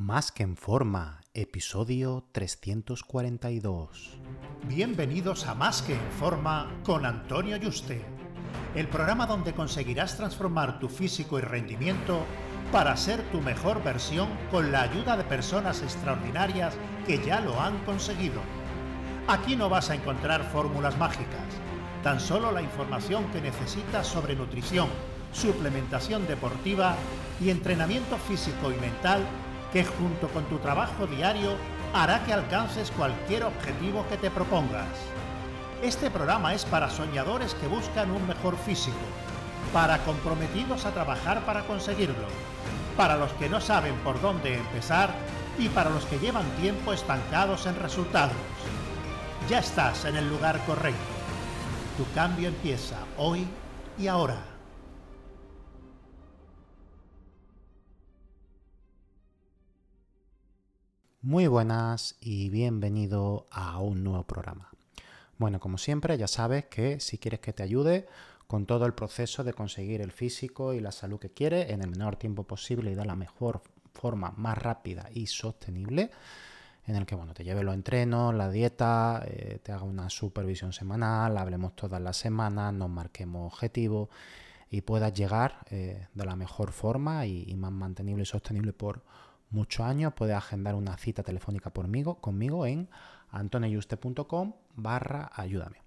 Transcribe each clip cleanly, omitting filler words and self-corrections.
Más que en forma, episodio 342. Bienvenidos a Más que en forma con Antonio Yuste, el programa donde conseguirás transformar tu físico y rendimiento para ser tu mejor versión con la ayuda de personas extraordinarias que ya lo han conseguido. Aquí no vas a encontrar fórmulas mágicas, tan solo la información que necesitas sobre nutrición, suplementación deportiva y entrenamiento físico y mental que junto con tu trabajo diario hará que alcances cualquier objetivo que te propongas. Este programa es para soñadores que buscan un mejor físico, para comprometidos a trabajar para conseguirlo, para los que no saben por dónde empezar y para los que llevan tiempo estancados en resultados. Ya estás en el lugar correcto. Tu cambio empieza hoy y ahora. Muy buenas y bienvenido a un nuevo programa. Bueno, como siempre, ya sabes que si quieres que te ayude con todo el proceso de conseguir el físico y la salud que quieres en el menor tiempo posible y de la mejor forma, más rápida y sostenible, en el que te lleve los entrenos, la dieta, te haga una supervisión semanal, hablemos todas las semanas, nos marquemos objetivos y puedas llegar de la mejor forma y más mantenible y sostenible por muchos años. Puedes agendar una cita telefónica conmigo en antonioyuste.com/ayúdame.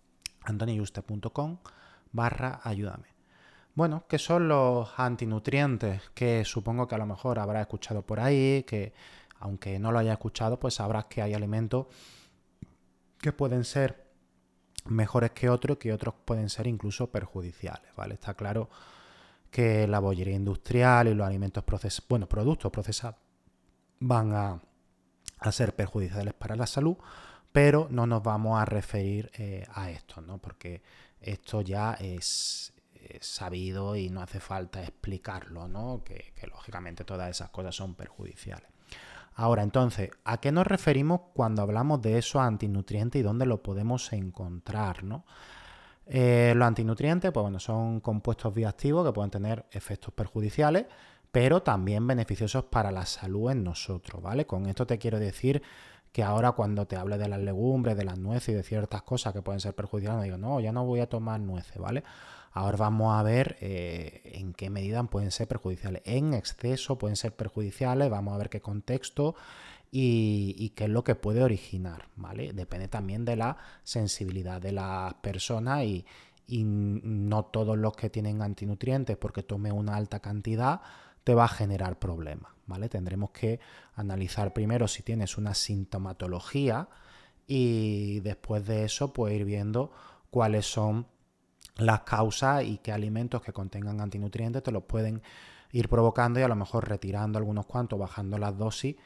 antonioyuste.com/ayúdame. Bueno, ¿qué son los antinutrientes? Que supongo que a lo mejor habrás escuchado por ahí, que aunque no lo hayas escuchado, pues sabrás que hay alimentos que pueden ser mejores que otros, que otros pueden ser incluso perjudiciales, ¿vale? Está claro que la bollería industrial y los alimentos productos procesados van a ser perjudiciales para la salud, pero no nos vamos a referir a esto, ¿no? Porque esto ya es sabido y no hace falta explicarlo, ¿no? Que lógicamente todas esas cosas son perjudiciales. Ahora, entonces, ¿a qué nos referimos cuando hablamos de esos antinutrientes y dónde lo podemos encontrar, ¿no? Los antinutrientes son compuestos bioactivos que pueden tener efectos perjudiciales, pero también beneficiosos para la salud en nosotros, ¿vale? Con esto te quiero decir que ahora cuando te hable de las legumbres, de las nueces y de ciertas cosas que pueden ser perjudiciales, no digo, no, ya no voy a tomar nueces, ¿vale? Ahora vamos a ver en qué medida pueden ser perjudiciales. En exceso pueden ser perjudiciales, vamos a ver qué contexto y qué es lo que puede originar, ¿vale? Depende también de la sensibilidad de las personas y no todos los que tienen antinutrientes, porque tome una alta cantidad, te va a generar problemas, ¿vale? Tendremos que analizar primero si tienes una sintomatología y después de eso pues ir viendo cuáles son las causas y qué alimentos que contengan antinutrientes te los pueden ir provocando y a lo mejor retirando algunos cuantos, bajando las dosis,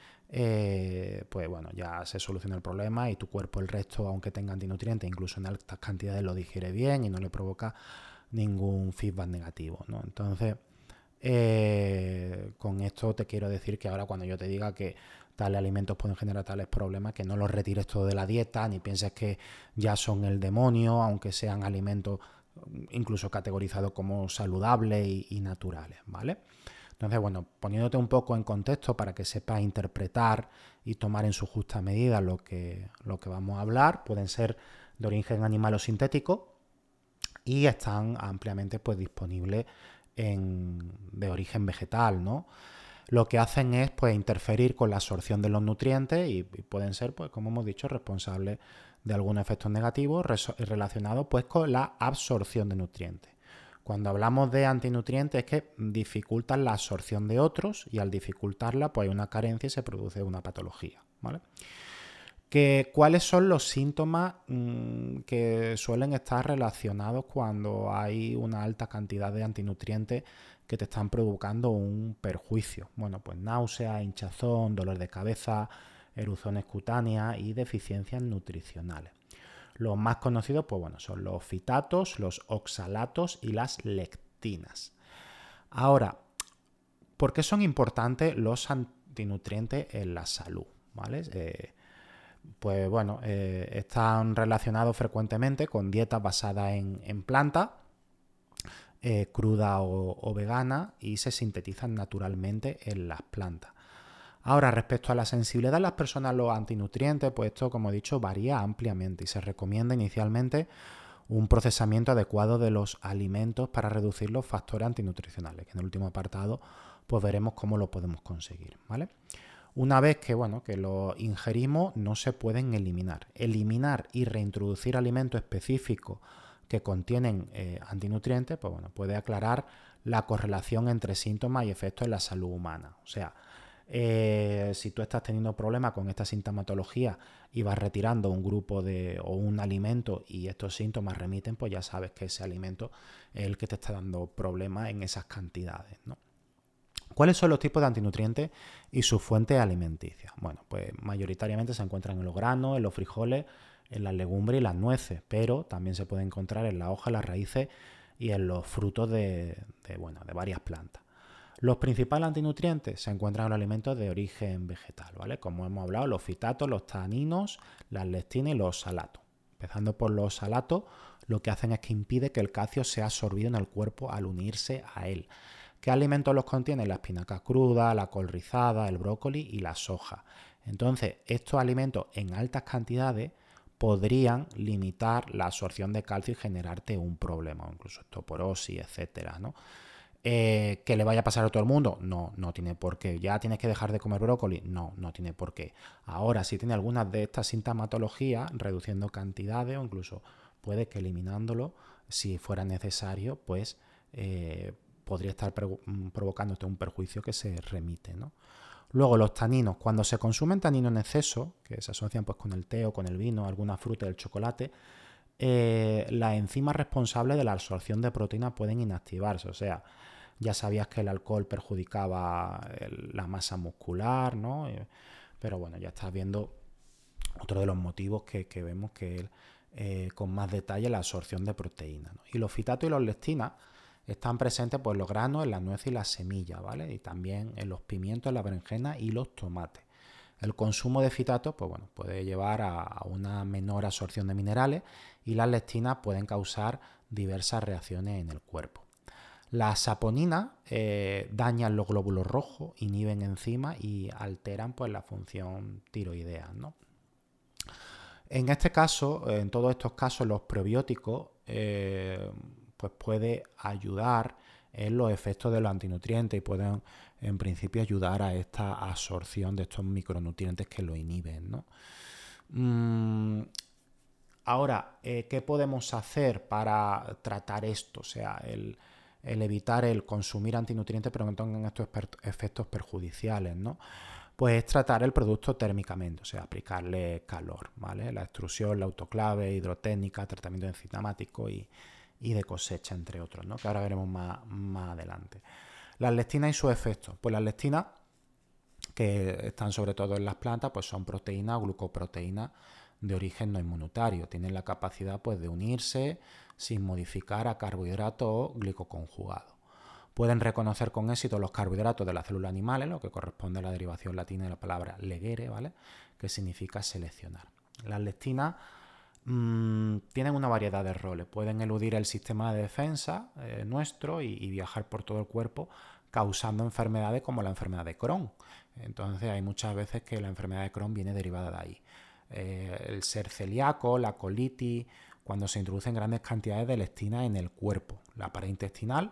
ya se soluciona el problema y tu cuerpo el resto, aunque tenga antinutrientes, incluso en altas cantidades lo digiere bien y no le provoca ningún feedback negativo, ¿no? Entonces, con esto te quiero decir que ahora cuando yo te diga que tales alimentos pueden generar tales problemas, que no los retires todo de la dieta, ni pienses que ya son el demonio, aunque sean alimentos incluso categorizados como saludables y naturales, ¿vale? Entonces, poniéndote un poco en contexto para que sepas interpretar y tomar en su justa medida lo que vamos a hablar, pueden ser de origen animal o sintético y están ampliamente disponibles de origen vegetal, ¿no? Lo que hacen es interferir con la absorción de los nutrientes y pueden ser, como hemos dicho, responsables de algunos efectos negativos relacionados con la absorción de nutrientes. Cuando hablamos de antinutrientes es que dificultan la absorción de otros y al dificultarla hay una carencia y se produce una patología, ¿vale? ¿Cuáles son los síntomas que suelen estar relacionados cuando hay una alta cantidad de antinutrientes que te están provocando un perjuicio? Náusea, hinchazón, dolor de cabeza, erupciones cutáneas y deficiencias nutricionales. Los más conocidos son los fitatos, los oxalatos y las lectinas. Ahora, ¿por qué son importantes los antinutrientes en la salud? ¿Vale? Están relacionados frecuentemente con dietas basadas en plantas, cruda o vegana, y se sintetizan naturalmente en las plantas. Ahora, respecto a la sensibilidad de las personas a los antinutrientes, pues esto, como he dicho, varía ampliamente y se recomienda inicialmente un procesamiento adecuado de los alimentos para reducir los factores antinutricionales, que en el último apartado pues veremos cómo lo podemos conseguir, ¿vale? Una vez que, bueno, que lo ingerimos, no se pueden eliminar. Eliminar y reintroducir alimentos específicos que contienen antinutrientes, pues bueno, puede aclarar la correlación entre síntomas y efectos en la salud humana. O sea, si tú estás teniendo problemas con esta sintomatología y vas retirando un grupo o un alimento y estos síntomas remiten, pues ya sabes que ese alimento es el que te está dando problemas en esas cantidades, ¿no? ¿Cuáles son los tipos de antinutrientes y sus fuentes alimenticias? Bueno, pues mayoritariamente se encuentran en los granos, en los frijoles, en las legumbres y las nueces, pero también se puede encontrar en las hojas, las raíces y en los frutos de varias plantas. Los principales antinutrientes se encuentran en los alimentos de origen vegetal, ¿vale? Como hemos hablado, los fitatos, los taninos, las lectinas y los oxalatos. Empezando por los oxalatos, lo que hacen es que impide que el calcio sea absorbido en el cuerpo al unirse a él. ¿Qué alimentos los contienen? La espinaca cruda, la col rizada, el brócoli y la soja. Entonces, estos alimentos en altas cantidades podrían limitar la absorción de calcio y generarte un problema, o incluso osteoporosis, etcétera, ¿no? ¿Que le vaya a pasar a todo el mundo? No, no tiene por qué. ¿Ya tienes que dejar de comer brócoli? No, no tiene por qué. Ahora, si tiene algunas de estas sintomatologías, reduciendo cantidades o incluso puede que eliminándolo, si fuera necesario, pues podría estar provocándote un perjuicio que se remite, ¿no? Luego, los taninos. Cuando se consumen taninos en exceso, que se asocian pues con el té o con el vino, alguna fruta y el chocolate, las enzimas responsables de la absorción de proteínas pueden inactivarse. O sea, ya sabías que el alcohol perjudicaba la masa muscular, ¿no? Pero bueno, ya estás viendo otro de los motivos que vemos que con más detalle la absorción de proteínas, ¿no? Y los fitatos y las lectinas están presentes pues, en los granos, en las nueces y las semillas, ¿vale? Y también en los pimientos, la berenjena y los tomates. El consumo de fitatos pues, bueno, puede llevar a una menor absorción de minerales y las lectinas pueden causar diversas reacciones en el cuerpo. Las saponinas dañan los glóbulos rojos, inhiben enzimas y alteran pues, la función tiroidea, ¿no? En este caso, en todos estos casos, los probióticos pues puede ayudar en los efectos de los antinutrientes y pueden en principio ayudar a esta absorción de estos micronutrientes que lo inhiben, ¿no? Ahora, ¿qué podemos hacer para tratar esto? O sea, el evitar el consumir antinutrientes pero que no tengan estos efectos perjudiciales, ¿no? Pues es tratar el producto térmicamente, o sea, aplicarle calor, ¿vale? La extrusión, la autoclave, hidrotécnica, tratamiento enzimático y de cosecha, entre otros, ¿no? Que ahora veremos más adelante. Las lectinas y sus efectos. Pues las lectinas, que están sobre todo en las plantas, pues son proteínas o glucoproteínas de origen no inmunitario. Tienen la capacidad pues, de unirse sin modificar a carbohidratos o glicoconjugados. Pueden reconocer con éxito los carbohidratos de las células animales, lo que corresponde a la derivación latina de la palabra legere, ¿vale? Que significa seleccionar. Las lectinas tienen una variedad de roles. Pueden eludir el sistema de defensa nuestro y viajar por todo el cuerpo, causando enfermedades como la enfermedad de Crohn. Entonces hay muchas veces que la enfermedad de Crohn viene derivada de ahí. El ser celíaco, la colitis, cuando se introducen grandes cantidades de lectina en el cuerpo. La pared intestinal,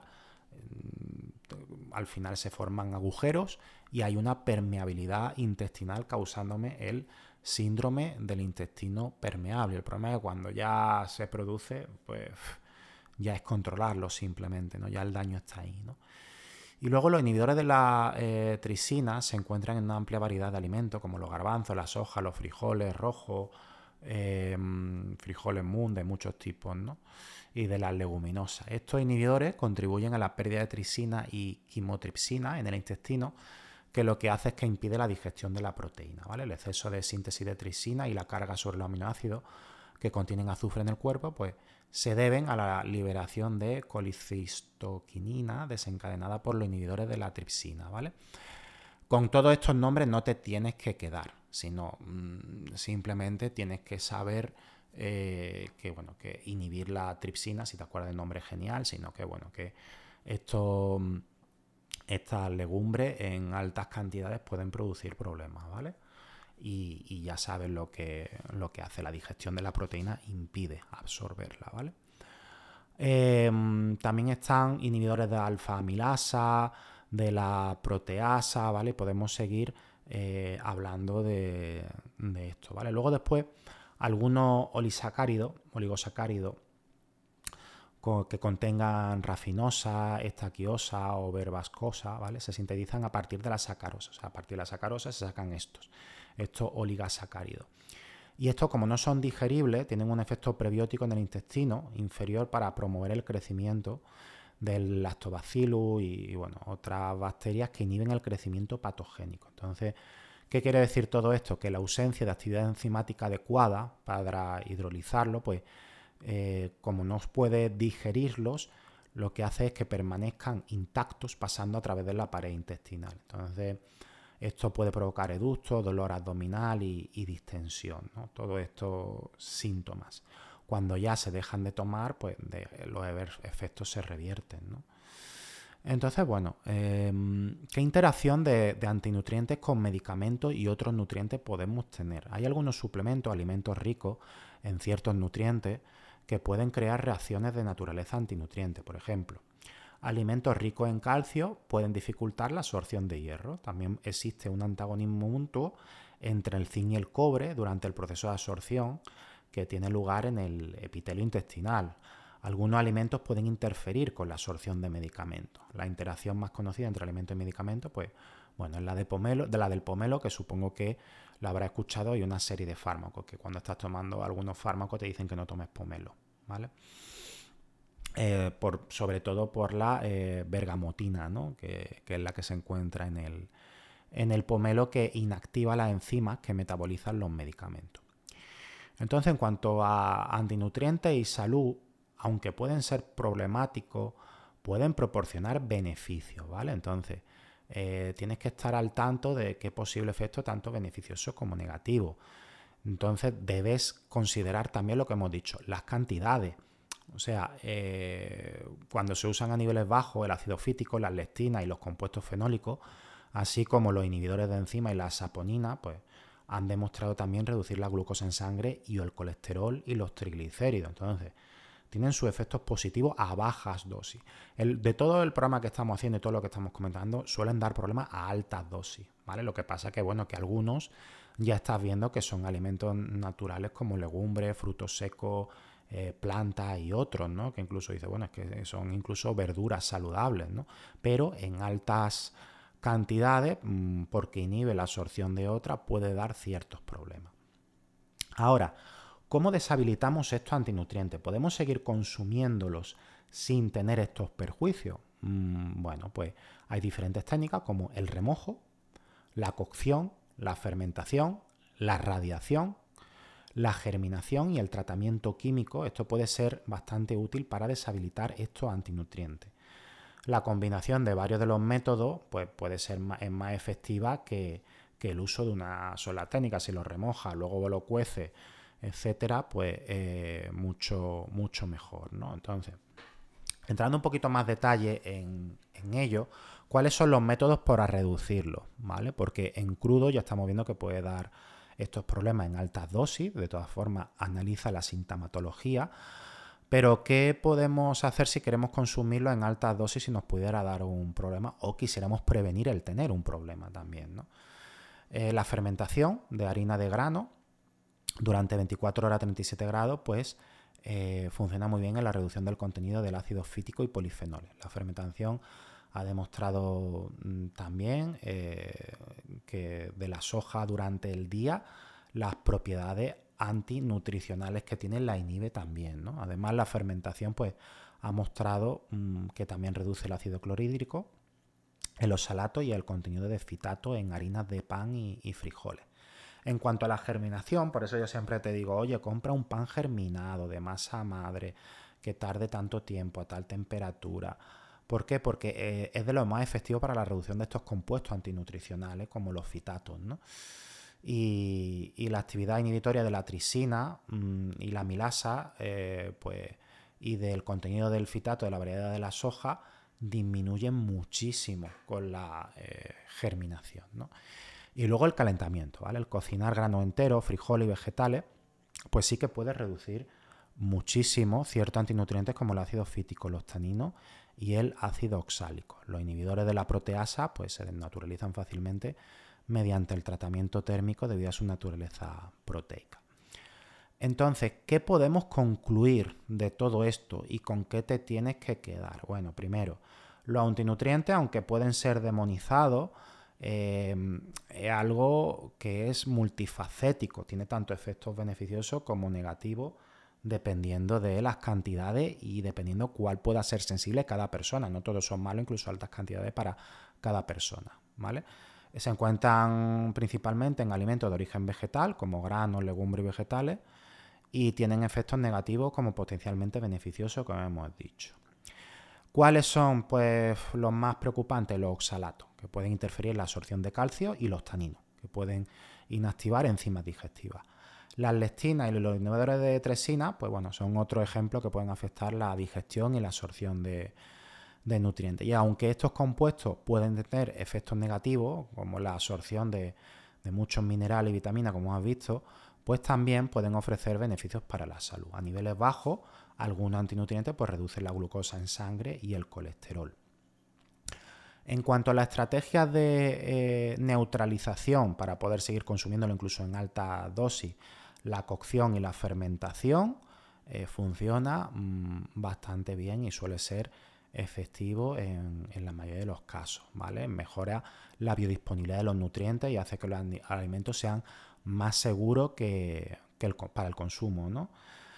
al final se forman agujeros y hay una permeabilidad intestinal causándome el síndrome del intestino permeable. El problema es que cuando ya se produce, pues ya es controlarlo simplemente, ¿no? Ya el daño está ahí, ¿no? Y luego los inhibidores de la trisina se encuentran en una amplia variedad de alimentos, como los garbanzos, la soja, los frijoles rojos, frijoles moon de muchos tipos, ¿no? Y de las leguminosas. Estos inhibidores contribuyen a la pérdida de trisina y quimotripsina en el intestino, que lo que hace es que impide la digestión de la proteína, ¿vale? El exceso de síntesis de trisina y la carga sobre los aminoácidos que contienen azufre en el cuerpo, pues se deben a la liberación de colicistoquinina desencadenada por los inhibidores de la tripsina, ¿vale? Con todos estos nombres no te tienes que quedar, sino simplemente tienes que saber que inhibir la tripsina, si te acuerdas del nombre, genial, sino que estos estas legumbres en altas cantidades pueden producir problemas, ¿vale? Y ya sabes lo que hace la digestión de la proteína, impide absorberla, ¿vale? También están inhibidores de alfa-amilasa, de la proteasa, ¿vale? Podemos seguir hablando de esto, ¿vale? Luego después, algunos oligosacáridos que contengan rafinosa, estaquiosa o verbascosa, ¿vale? Se sintetizan a partir de la sacarosa. O sea, a partir de la sacarosa se sacan estos oligosacáridos. Y estos, como no son digeribles, tienen un efecto prebiótico en el intestino inferior para promover el crecimiento del lactobacillus y bueno, otras bacterias que inhiben el crecimiento patogénico. Entonces, ¿qué quiere decir todo esto? Que la ausencia de actividad enzimática adecuada para hidrolizarlo, pues como no puede digerirlos, lo que hace es que permanezcan intactos pasando a través de la pared intestinal. Entonces, esto puede provocar eructos, dolor abdominal y distensión, ¿no? Todos estos síntomas. Cuando ya se dejan de tomar, pues los efectos se revierten, ¿no? Entonces, bueno, ¿qué interacción de antinutrientes con medicamentos y otros nutrientes podemos tener? Hay algunos suplementos, alimentos ricos en ciertos nutrientes que pueden crear reacciones de naturaleza antinutriente. Por ejemplo, alimentos ricos en calcio pueden dificultar la absorción de hierro. También existe un antagonismo mutuo entre el zinc y el cobre durante el proceso de absorción que tiene lugar en el epitelio intestinal. Algunos alimentos pueden interferir con la absorción de medicamentos. La interacción más conocida entre alimentos y medicamentos, pues, bueno, es la del pomelo, que supongo que la habrás escuchado, y una serie de fármacos, que cuando estás tomando algunos fármacos te dicen que no tomes pomelo, ¿vale? Sobre todo por la bergamotina, ¿no? que es la que se encuentra en el pomelo, que inactiva las enzimas que metabolizan los medicamentos. Entonces, en cuanto a antinutrientes y salud, aunque pueden ser problemáticos, pueden proporcionar beneficios, ¿vale? Entonces, tienes que estar al tanto de qué posible efecto, tanto beneficioso como negativo. Entonces, debes considerar también lo que hemos dicho, las cantidades. O sea, cuando se usan a niveles bajos el ácido fítico, las lectinas y los compuestos fenólicos, así como los inhibidores de enzima y la saponina, pues han demostrado también reducir la glucosa en sangre y el colesterol y los triglicéridos. Entonces, tienen sus efectos positivos a bajas dosis. De todo el programa que estamos haciendo y todo lo que estamos comentando, suelen dar problemas a altas dosis, ¿vale? Lo que pasa que, bueno, que algunos ya estás viendo que son alimentos naturales como legumbres, frutos secos, plantas y otros, ¿no? Que incluso dice, bueno, es que son incluso verduras saludables, ¿no? Pero en altas cantidades, porque inhibe la absorción de otras, puede dar ciertos problemas. Ahora, ¿cómo deshabilitamos estos antinutrientes? ¿Podemos seguir consumiéndolos sin tener estos perjuicios? Bueno, pues hay diferentes técnicas como el remojo, la cocción, la fermentación, la radiación, la germinación y el tratamiento químico. Esto puede ser bastante útil para deshabilitar estos antinutrientes. La combinación de varios de los métodos pues, puede ser más efectiva que el uso de una sola técnica. Si lo remojas, luego lo cueces, etcétera, pues mucho mejor, ¿no? Entonces, entrando un poquito más detalle en ello, ¿cuáles son los métodos para reducirlo? ¿Vale? Porque en crudo ya estamos viendo que puede dar estos problemas en altas dosis. De todas formas, analiza la sintomatología. Pero, ¿qué podemos hacer si queremos consumirlo en altas dosis si nos pudiera dar un problema o quisiéramos prevenir el tener un problema también, ¿no? La fermentación de harina de grano durante 24 horas a 37 grados, pues funciona muy bien en la reducción del contenido del ácido fítico y polifenoles. La fermentación ha demostrado también que de la soja durante el día las propiedades antinutricionales que tiene la inhibe también, ¿no? Además, la fermentación pues ha mostrado que también reduce el ácido clorhídrico, el oxalato y el contenido de fitato en harinas de pan y frijoles. En cuanto a la germinación, por eso yo siempre te digo, oye, compra un pan germinado de masa madre que tarde tanto tiempo a tal temperatura. ¿Por qué? Porque es de lo más efectivo para la reducción de estos compuestos antinutricionales como los fitatos, ¿no? Y la actividad inhibitoria de la trisina y la amilasa, pues, y del contenido del fitato de la variedad de la soja disminuyen muchísimo con la germinación, ¿no? Y luego el calentamiento, ¿vale? El cocinar granos enteros, frijoles y vegetales, pues sí que puede reducir muchísimo ciertos antinutrientes como el ácido fítico, los taninos y el ácido oxálico. Los inhibidores de la proteasa pues se desnaturalizan fácilmente mediante el tratamiento térmico debido a su naturaleza proteica. Entonces, ¿qué podemos concluir de todo esto y con qué te tienes que quedar? Bueno, primero, los antinutrientes, aunque pueden ser demonizados, es algo que es multifacético, tiene tanto efectos beneficiosos como negativos dependiendo de las cantidades y dependiendo cuál pueda ser sensible cada persona. No todos son malos, incluso altas cantidades para cada persona, ¿vale? Se encuentran principalmente en alimentos de origen vegetal, como granos, legumbres y vegetales, y tienen efectos negativos como potencialmente beneficiosos, como hemos dicho. ¿Cuáles son pues, los más preocupantes? Los oxalatos, que pueden interferir en la absorción de calcio, y los taninos, que pueden inactivar enzimas digestivas. Las lectinas y los inhibidores de trexina, pues bueno, son otro ejemplo que pueden afectar la digestión y la absorción de nutrientes. Y aunque estos compuestos pueden tener efectos negativos, como la absorción de muchos minerales y vitaminas, como has visto, pues también pueden ofrecer beneficios para la salud. A niveles bajos, algunos antinutrientes pues reducen la glucosa en sangre y el colesterol. En cuanto a las estrategias de neutralización para poder seguir consumiéndolo incluso en alta dosis, la cocción y la fermentación funciona bastante bien y suele ser efectivo en la mayoría de los casos, ¿vale? Mejora la biodisponibilidad de los nutrientes y hace que los alimentos sean más seguros para el consumo, ¿no?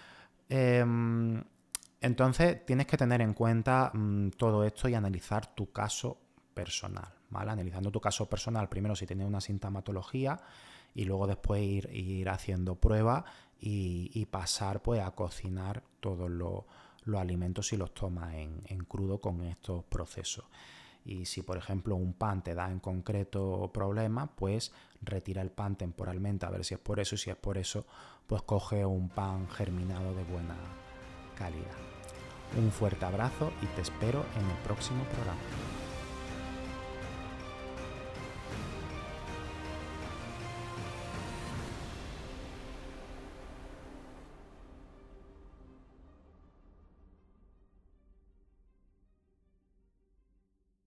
Entonces tienes que tener en cuenta todo esto y analizar tu caso personal, ¿vale? Analizando tu caso personal, primero si tienes una sintomatología y luego después ir haciendo pruebas y pasar pues a cocinar todos los alimentos si los tomas en crudo con estos procesos. Y si, por ejemplo, un pan te da en concreto problemas, pues retira el pan temporalmente a ver si es por eso. Y si es por eso, pues coge un pan germinado de buena calidad. Un fuerte abrazo y te espero en el próximo programa.